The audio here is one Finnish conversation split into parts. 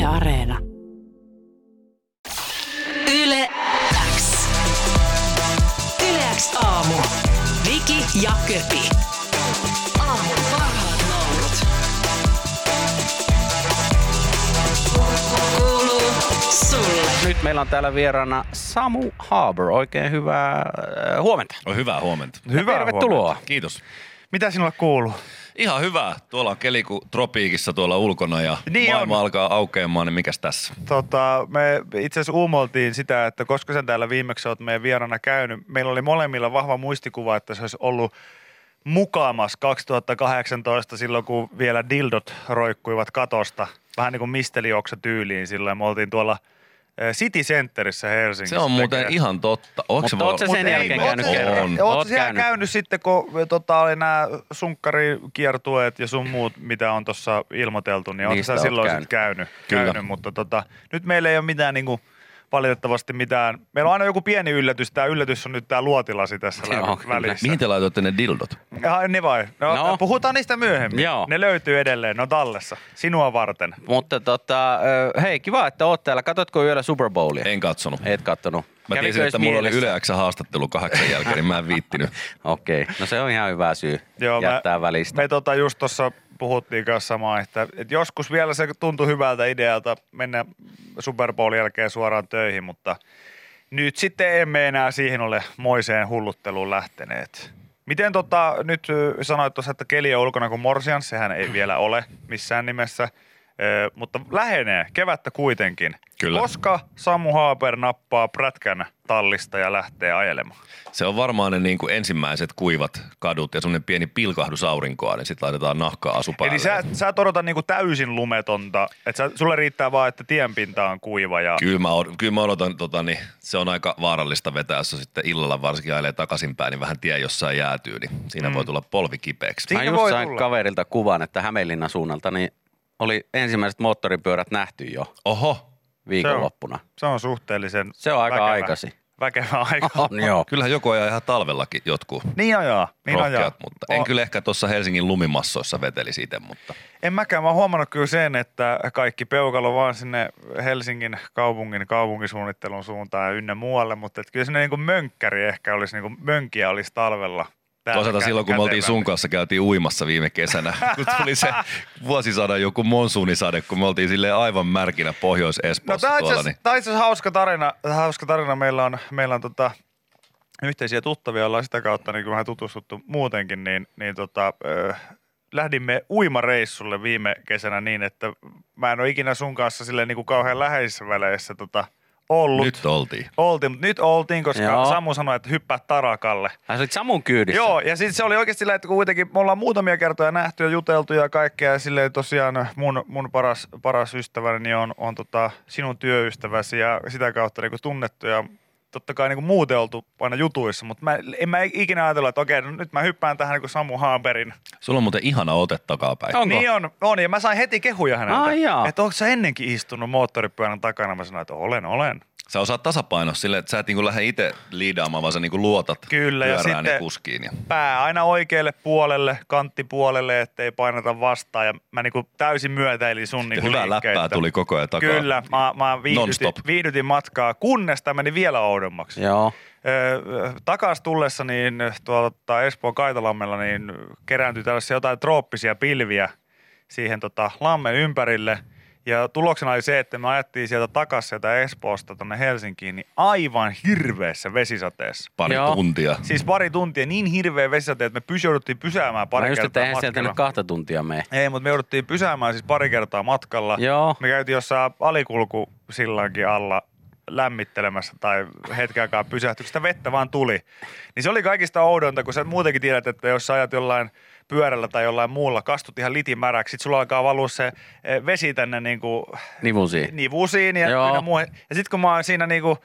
Areena. Yle X. Yle X aamu. Viki ja Köpi. Aamun parhaat naurut. Kuuluu sulle. Nyt meillä on täällä vieraana Samu Haber. Oikein hyvää huomenta. Hyvää huomenta. Hyvää tervetuloa. Huomenta. Kiitos. Mitä sinulle kuuluu? Ihan hyvä. Tuolla on keli kuin tropiikissa tuolla ulkona ja niin maailma alkaa aukeamaan, niin mikäs tässä? Me itse asiassa uumoltiin sitä, että koska sen täällä viimeksi olet meidän vieraana käynyt. Meillä oli molemmilla vahva muistikuva, että se olisi ollut mukamas 2018 silloin, kun vielä dildot roikkuivat katosta. Vähän niin kuin mistelioksa tyyliin silloin. Me oltiin tuolla City Centerissä Helsingissä. Se on muuten ihan totta. Mutta ootko sen jälkeen käynyt kerran? Ootko siellä käynyt sitten, kun oli nämä sunkkarikiertueet ja sun muut, mitä on tuossa ilmoiteltu, niin ootko sä silloin sitten käynyt? Mutta nyt meillä ei ole mitään niinku valitettavasti mitään. Meillä on aina joku pieni yllätys. Tämä yllätys on nyt tämä luotilaси tässä välissä. Mihin te laitoitte ne dildot? Ne vai? No, puhutaan niistä myöhemmin. Joo. Ne löytyy edelleen, ne on tallessa. Sinua varten. Mutta hei, kiva, että oot täällä. Katotko yöllä Super Bowlia? En katsonut. Et kattonut. Mä tiesin, että mulla oli Yle X haastattelu 8 jälkeen, niin mä en viittinyt. Okei, no se on ihan hyvä syy jättää välistä. Me just tuossa puhuttiin kanssa samaa, että joskus vielä se tuntui hyvältä idealta mennä Super Bowlin jälkeen suoraan töihin, mutta nyt sitten emme enää siihen ole moiseen hullutteluun lähteneet. Miten nyt sanoit tuossa, että keli on ulkona kuin morsian, sehän ei vielä ole missään nimessä, mutta lähenee, kevättä kuitenkin. Kyllä. Koska Samu Haber nappaa prätkän tallista ja lähtee ajelemaan? Se on varmaan ne niin kuin ensimmäiset kuivat kadut ja semmoinen pieni pilkahdus aurinkoa, niin sitten laitetaan nahkaa asu päälle. Eli sä et odota niin kuin täysin lumetonta, että sulle riittää vaan, että tienpinta on kuiva. Ja Kyllä mä odotan, niin se on aika vaarallista vetää, jos sitten illalla varsinkin ajelee takaisinpäin, niin vähän tie jossain jäätyy, niin siinä voi tulla polvi kipeäksi. Mä just sain kaverilta kuvan, että Hämeenlinnan suunnalta niin oli ensimmäiset moottoripyörät nähty jo. Oho. Viikonloppuna. Se on suhteellisen Se on aika aikaisin. Väkevä aika. On, joo. Kyllähän joku ajaa ihan talvellakin jotkut niin ajaa. Mutta en kyllä ehkä tuossa Helsingin lumimassoissa vetelisi itse, mutta. En mäkään. Mä oon huomannut kyllä sen, että kaikki peukalo vaan sinne Helsingin kaupunkisuunnittelun suuntaan ja ynnä muualle, mutta että kyllä se niin kuin mönkkäri ehkä olisi, niin kuin mönkiä olisi talvella. Toisaalta silloin, kun me oltiin sun kanssa, käytiin uimassa viime kesänä, kun tuli se vuosisadan joku monsuunisade, kun me oltiin silleen aivan märkinä Pohjois-Espoossa. No tämä on itse asiassa hauska tarina. Meillä on yhteisiä tuttavia, ollaan sitä kautta niin vähän tutustuttu muutenkin, niin lähdimme uimareissulle viime kesänä niin, että mä en ole ikinä sun kanssa silleen niin kuin kauhean läheisissä väleissä ollut. Nyt oltiin. Mutta nyt oltiin, koska Samu sanoi, että hyppää tarakalle. Sä olit Samun kyydissä. Joo, ja sitten se oli oikeasti silleen, että kuitenkin me ollaan muutamia kertoja nähty ja juteltu ja kaikkea. Ja silleen tosiaan mun paras ystäväni on sinun työystäväsi ja sitä kautta niin tunnettu. Ja totta kai niin muuten oltu aina jutuissa, mutta en mä ikinä ajatella, että okei, no nyt mä hyppään tähän niin Samu Haberin. Sulla on muuten ihana ote takapäin. Onko? Niin on, ja mä sain heti kehuja häneltä. Että onko sä ennenkin istunut moottoripyörän takana? Mä sanoin, että olen. Sä osaat tasapainoa silleen, että sä et niinku lähde itse liidaamaan, vaan sä niinku luotat kyllä, pyörään ja kuskiin. Ja pää aina oikealle puolelle, kanttipuolelle, ettei painata vastaan. Ja mä niinku täysin myötäilin sun niinku hyvää läppää tuli koko ajan takaa. Kyllä, mä viihdytin matkaa, kunnes tämä meni vielä oudommaksi. Joo. Takas tullessa niin tuolta Espoon Kaitalammella niin kerääntyi tällaisia jotain trooppisia pilviä siihen lammen ympärille. Ja tuloksena oli se, että me ajettiin sieltä takaisin sieltä Espoosta tonne Helsinkiin, niin aivan hirveässä vesisateessa. Pari tuntia. Siis pari tuntia, niin hirveä vesisate, että me jouduttiin pysäämään pari kertaa matkalla. Eihän sieltä nyt 2 tuntia mene. Ei, mutta me jouduttiin pysäämään siis pari kertaa matkalla. Joo. Me käytiin jossain alikulkusillankin alla lämmittelemässä tai hetken aikaa pysähtyi, sitä vettä vaan tuli. Niin se oli kaikista oudonta, kun sä muutenkin tiedät, että jos sä ajat jollain pyörällä tai jollain muulla, kastut ihan litimäräksi, sit sulla alkaa valua se vesi tänne niinku nivusiin ja muuhun. Ja sit kun mä oon siinä niinku,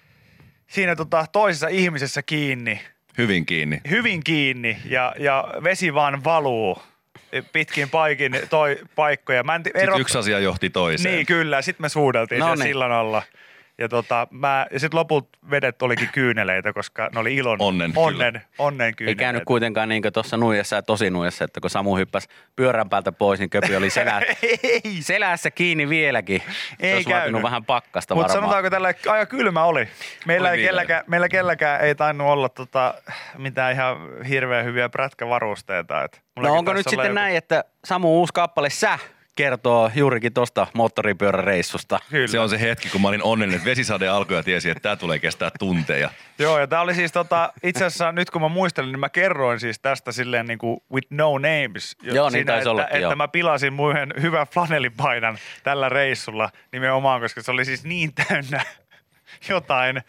toisessa ihmisessä kiinni. Hyvin kiinni ja vesi vaan valuu pitkin paikkoja. Sitten yksi asia johti toiseen. Niin kyllä, sit me suudeltiin siellä sillan alla. Ja sitten lopulta vedet olikin kyyneleitä, koska ne oli onnen kyyneleitä. Ei käynyt kuitenkaan niin kuin tuossa nuijassa ja tosinuijassa, että kun Samu hyppäsi pyörän päältä pois, niin köpi oli selässä kiinni vieläkin. Ei se olisi vaatinut vähän pakkasta Mutta varmaan. sanotaanko tällä aika kylmä oli. Meillä kelläkään ei tainnut olla mitään ihan hirveän hyviä prätkävarusteita. No onko nyt sitten näin, että Samu uusi kappale Sä kertoo juurikin tuosta moottoripyöräreissusta? Kyllä. Se on se hetki, kun mä olin onnellinen, että vesisade alkoi ja tiesi, että tämä tulee kestää tunteja. Joo, ja tää oli siis itse asiassa nyt kun mä muistelin, niin mä kerroin siis tästä silleen niin kuin with no names. Joo, niin taisi ollakin, että mä pilasin mun hyvän flanellipaidan tällä reissulla nimenomaan, koska se oli siis niin täynnä jotain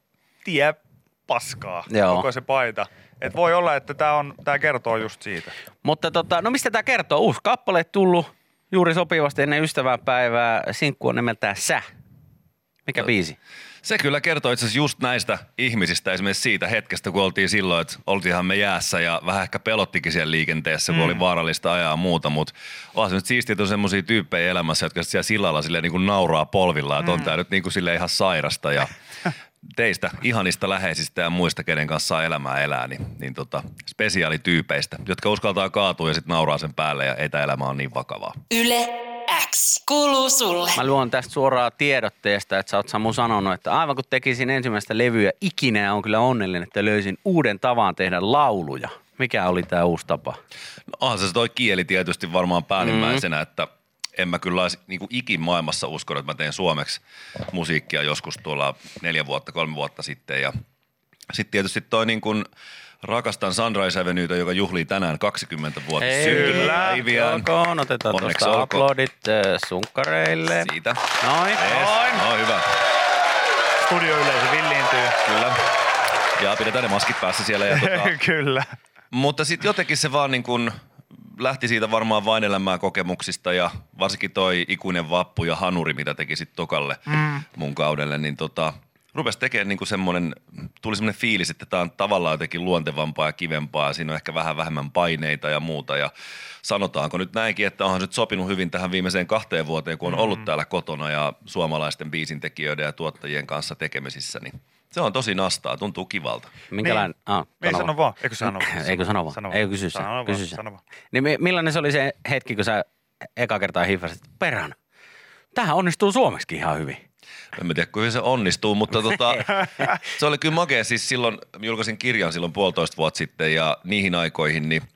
paskaa, koko se paita. Et voi olla, että tää kertoo just siitä. Mutta no mistä tää kertoo? Uusi kappale tullut juuri sopivasti ennen ystävänpäivää. Sinkku on nimeltään Sä. Mikä biisi? Se kyllä kertoo itse asiassa just näistä ihmisistä, esimerkiksi siitä hetkestä, kun oltiin silloin, että oltiinhan me jäässä ja vähän ehkä pelottikin siellä liikenteessä, kun oli vaarallista ajaa ja muuta, mutta onhan se nyt siistiä, että on semmoisia tyyppejä elämässä, jotka siellä sillalla silleen niin kuin nauraa polvillaan, että on tää nyt niin kuin silleen ihan sairasta ja teistä ihanista läheisistä ja muista, kenen kanssa saa elämää elää, niin spesiaalityypeistä, jotka uskaltaa kaatua ja sitten nauraa sen päälle ja ei tämä elämä ole niin vakavaa. Yle X kuuluu sulle. Mä luon tästä suoraan tiedotteesta, että sä oot Samu sanonut, että aivan kun tekisin ensimmäistä levyä ikinä ja on kyllä onnellinen, että löysin uuden tavan tehdä lauluja. Mikä oli tää uusi tapa? No onhan se toi kieli tietysti varmaan päällimmäisenä, että en mä kyllä niin kuin ikin maailmassa uskonut, että mä teen suomeksi musiikkia joskus tuolla 3 vuotta sitten. Ja sitten tietysti toi niin kuin rakastan Sunrise Avenueta, joka juhlii tänään 20 vuotta syntymäpäiviään. Otetaan Onneksi tuosta olkoon. aplodit sunkkareille. Siitä. Noin. No hyvä. Studioyleisö villiintyy. Kyllä. Ja pidetään ne maskit päässä siellä. Ja Kyllä. Mutta sitten jotenkin se vaan niin kuin lähti siitä varmaan vain elämää kokemuksista ja varsinkin toi Ikuinen vappu ja Hanuri, mitä teki sitten Tokalle mun kaudelle, niin rupesi tekemään niinku tuli semmoinen fiilis, että tämä on tavallaan jotenkin luontevampaa ja kivempaa. Siinä on ehkä vähän vähemmän paineita ja muuta. Ja sanotaanko nyt näinkin, että onhan se nyt sopinut hyvin tähän viimeiseen 2 vuoteen, kun on ollut täällä kotona ja suomalaisten biisintekijöiden ja tuottajien kanssa tekemisissä, niin se on tosi nastaa, tuntuu kivalta. Minkälainen? Ei sano vaan. Eikö sano vaan? Eikö kysy sä. Niin millainen se oli se hetki, kun sä eka kertaa hiffasit, että perhana, tämähän onnistuu suomeksi ihan hyvin. En mä tiedä, kuinka se onnistuu, mutta se oli kyllä makea. Siis silloin, julkaisin kirjan silloin 1,5 vuotta sitten ja niihin aikoihin, niin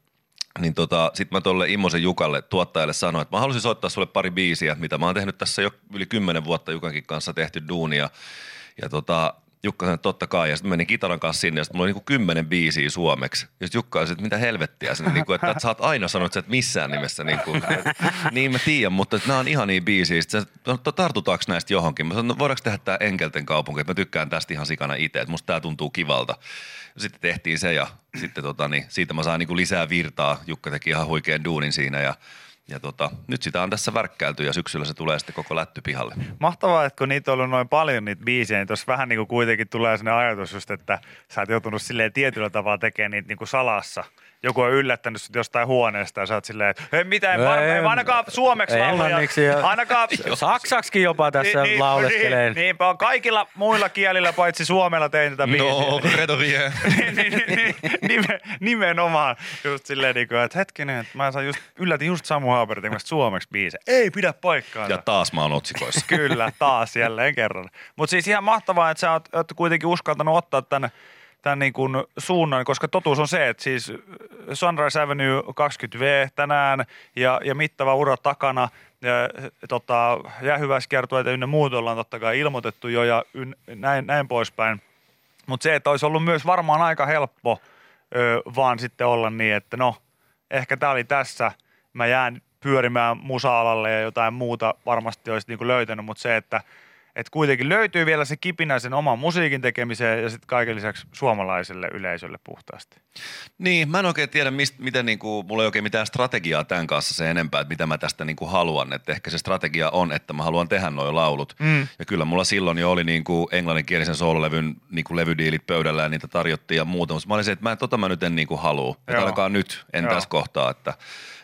sit mä tolle Immosen Jukalle, tuottajalle sanoin, että mä halusin soittaa sulle pari biisiä, mitä mä oon tehnyt tässä jo yli 10 vuotta Jukankin kanssa tehty duunia. Ja Jukka sanoi, että totta kai. Ja sitten menin kitaran kanssa sinne ja sitten mulla oli 10 biisiä suomeksi. Ja sitten Jukka oli, että mitä helvettiä. Että sä oot aina sanonut, että sä et missään nimessä. Niin mä tiedän, mutta nämä on ihania biisiä. Sitten tartutaanko näistä johonkin? Mä sanoin, no voidaanko tehdä tää Enkelten kaupunki? Että mä tykkään tästä ihan sikana itse. Että musta tää tuntuu kivalta. Ja sitten tehtiin se ja sitten siitä mä sain lisää virtaa. Jukka teki ihan huikean duunin siinä ja nyt sitä on tässä värkkäilty ja syksyllä se tulee sitten koko lätty pihalle. Mahtavaa, että kun niitä on ollut noin paljon niitä biisejä, niin tuossa vähän niin kuin kuitenkin tulee sellainen ajatus just, että sä oot joutunut silleen tietyllä tavalla tekemään niitä niin kuin salassa. Joku on yllättänyt sut jostain huoneesta ja sä oot silleen, että ei mitään, en ainakaan suomeksi lauluja. Ainakaan saksaksikin jopa tässä lauleskeleen. Niinpä on kaikilla muilla kielillä paitsi suomella tein tätä biisiä. No, credo rien. Nimenomaan just silleen, että hetkinen, että mä yllätin just Samu Haaber tekemästä suomeksi biisejä. Ei pidä paikkaansa. Ja taas mä oon otsikoissa. Kyllä, taas jälleen kerran. Mutta siis ihan mahtavaa, että sä oot kuitenkin uskaltanut ottaa tämän niin kuin suunnan, koska totuus on se, että siis Sunrise Avenue 20V tänään ja mittava ura takana. Jäähyväiskiertueita ynnä muut ollaan totta kai ilmoitettu jo ja näin poispäin. Mutta se, että olisi ollut myös varmaan aika helppo vaan sitten olla niin, että no ehkä tämä oli tässä. Mä jään pyörimään musa-alalle ja jotain muuta varmasti olisi niin kuin löytänyt, mutta se, että kuitenkin löytyy vielä se kipinä sen oman musiikin tekemiseen ja sitten kaiken lisäksi suomalaiselle yleisölle puhtaasti. Niin, mä en oikein tiedä, miten mulla ei oikein mitään strategiaa tämän kanssa se enempää, että mitä mä tästä haluan. Että ehkä se strategia on, että mä haluan tehdä nuo laulut. Ja kyllä mulla silloin jo oli englanninkielisen soololevyn levydiilit pöydällä ja niitä tarjottiin ja muuta. Mutta mä olin se, että mä nyt en halua. Että ainakaan nyt, en tässä kohtaa. Että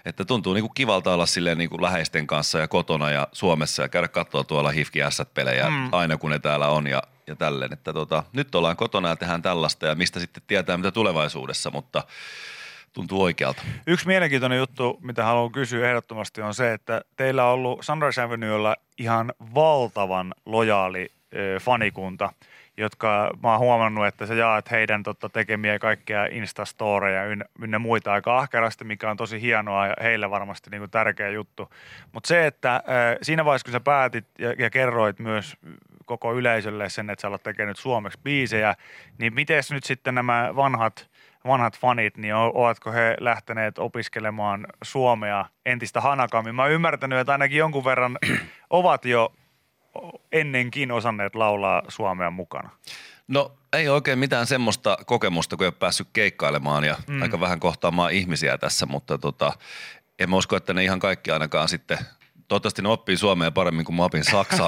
Että tuntuu niinku kivalta olla silleen niinku läheisten kanssa ja kotona ja Suomessa ja käydä katsoa tuolla HIFK S-pelejä aina kun ne täällä on ja tälleen. Että nyt ollaan kotona ja tehdään tällaista ja mistä sitten tietää mitä tulevaisuudessa, mutta tuntuu oikealta. Yksi mielenkiintoinen juttu, mitä haluan kysyä ehdottomasti on se, että teillä on ollut Sunrise Avenuella ihan valtavan lojaali fanikunta, jotka mä oon huomannut, että sä jaat heidän tekemiä kaikkia Instastoreja ynnä muita aika ahkerasti, mikä on tosi hienoa ja heille varmasti niin kuin tärkeä juttu. Mutta se, että siinä vaiheessa, kun sä päätit ja kerroit myös koko yleisölle sen, että sä olet tekenyt suomeksi biisejä, niin miten nyt sitten nämä vanhat fanit, niin ovatko he lähteneet opiskelemaan suomea entistä hanakammin? Mä oon ymmärtänyt, että ainakin jonkun verran ovat jo ennenkin osanneet laulaa suomea mukana. No ei oikein mitään semmoista kokemusta, kun ei ole päässyt keikkailemaan ja aika vähän kohtaamaan ihmisiä tässä, mutta en mä usko, että ne ihan kaikki ainakaan sitten, toivottavasti ne oppii suomea paremmin kuin mä opin saksaa.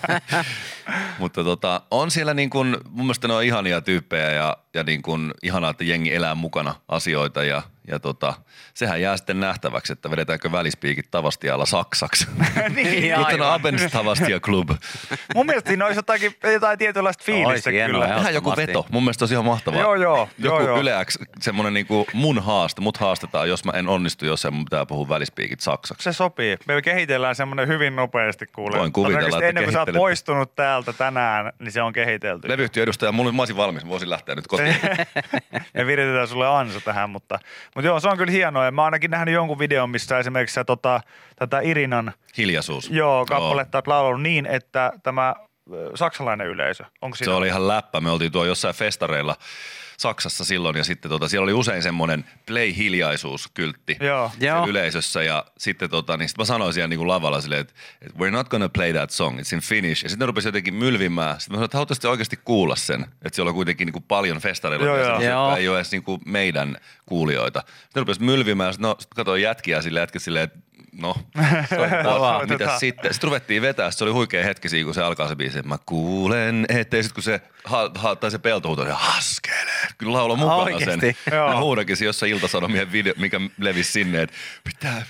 Mutta on siellä niin kuin, mun mielestä ne on ihania tyyppejä ja niin kuin ihanaa, että jengi elää mukana asioita ja sehän jää sitten nähtäväksi, että vedetäänkö välispiikit Tavastialla saksaksi. Niin, Kuten Abends Tavastia Club. Mun mielestä siinä olisi jotain tietynlaista fiilistä kyllä. Tehdään joku veto. Mun mielestä olisi ihan mahtavaa. Joo. Joku Yle X, semmoinen niinku mun haaste. Mut haastetaan, jos mä en onnistu, jos mun pitää puhua välispiikit saksaksi. Se sopii. Me kehitellään semmoinen hyvin nopeasti kuule. Voin kuvitella, että ennen kuin sä oot poistunut täältä tänään, niin se on kehitelty. Levyyhtiön edustaja, mä olisin valmis. Mä voisin lähteä nyt kotiin. Me viritetään sulle ansa tähän, mutta joo, se on kyllä hienoa. Ja mä oon ainakin nähnyt jonkun videon, missä esimerkiksi sä tätä Irinan Hiljaisuus. Kappaletta oot laulanut niin, että tämä saksalainen yleisö. Onko se oli ihan läppä. Me oltiin tuolla jossain festareilla Saksassa silloin ja sitten siellä oli usein semmoinen play-hiljaisuuskyltti yleisössä ja sitten niin sit mä sanoin siellä niin kuin lavalla silleen, että we're not gonna play that song, it's in Finnish. Ja sitten ne rupesi jotenkin mylvimään. Sitten mä sanoin, että haluaisitte oikeasti kuulla sen, että siellä on kuitenkin niin kuin paljon festareilla, jotka ei ole edes niin kuin meidän kuulijoita. Sitten ne rupesi mylvimään, sitten katsoin jätkiä silleen, että mitäs sitten? Sitten ruvettiin vetää, se oli huikea hetki siinä, kun se alkaa se biisi, mä kuulen, ettei sitten kun se tai se peltohuuto, niin haskele, kyllä laulo mukana oikeasti? Sen. Mä huudakin se jossain Ilta-Sanomien video, mikä levisi sinne, että pitää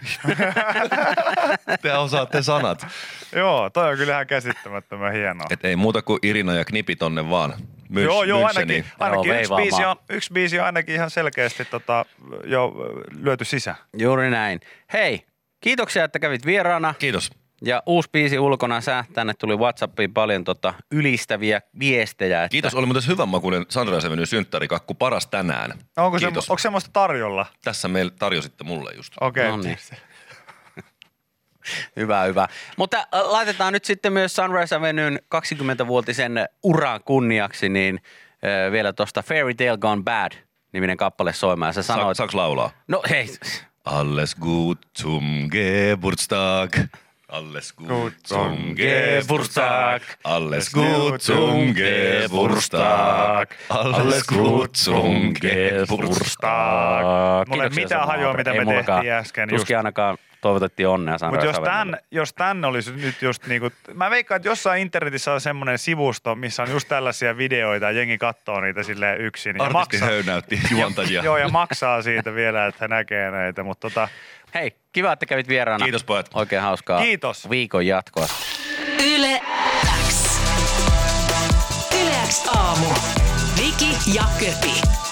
te osaatte sanat. Joo, toi on kyllä ihan käsittämättömän hienoa. Et ei muuta kuin Irina ja Knipi tonne vaan. Ainakin yksi biisi on ainakin ihan selkeästi jo lyöty sisään. Juuri näin. Hei, kiitoksia, että kävit vieraana. Kiitos. Ja uusi biisi ulkona sä. Tänne tuli WhatsAppiin paljon ylistäviä viestejä. Kiitos, oli muuten hyvän makuinen Sunrise Avenue synttärikakku, paras tänään. Onko semmoista tarjolla? Tässä meillä tarjositte mulle just. Okei. No niin. Hyvä. Mutta laitetaan nyt sitten myös Sunrise Avenuen 20-vuotisen uran kunniaksi, niin vielä tuosta Fairy Tale Gone Bad -niminen kappale soimaan. Sä sanoit... Saaks laulaa? No hei. Alles gut zum Geburtstag. Alles gut zum Geburtstag. Alles gut zum Geburtstag. Alles gut zum Geburtstag. Mulla ei mitään hajoa, mitä me tehtiin äsken. Tuskin ainakaan toivotettiin onnea. Mutta jos tän olisi nyt just niinku, mä veikkaan, että jossain internetissä on semmoinen sivusto, missä on just tällaisia videoita ja jengi katsoo niitä silleen yksin. Artisti höynäytti juontajia. Joo, ja maksaa siitä vielä, että he näkee näitä, mutta hei, kiva, että kävit vieraana. Kiitos pojat. Oikein hauskaa. Kiitos. Viikon jatkoa. Yle X. Yle X aamu. Viki ja Köpi.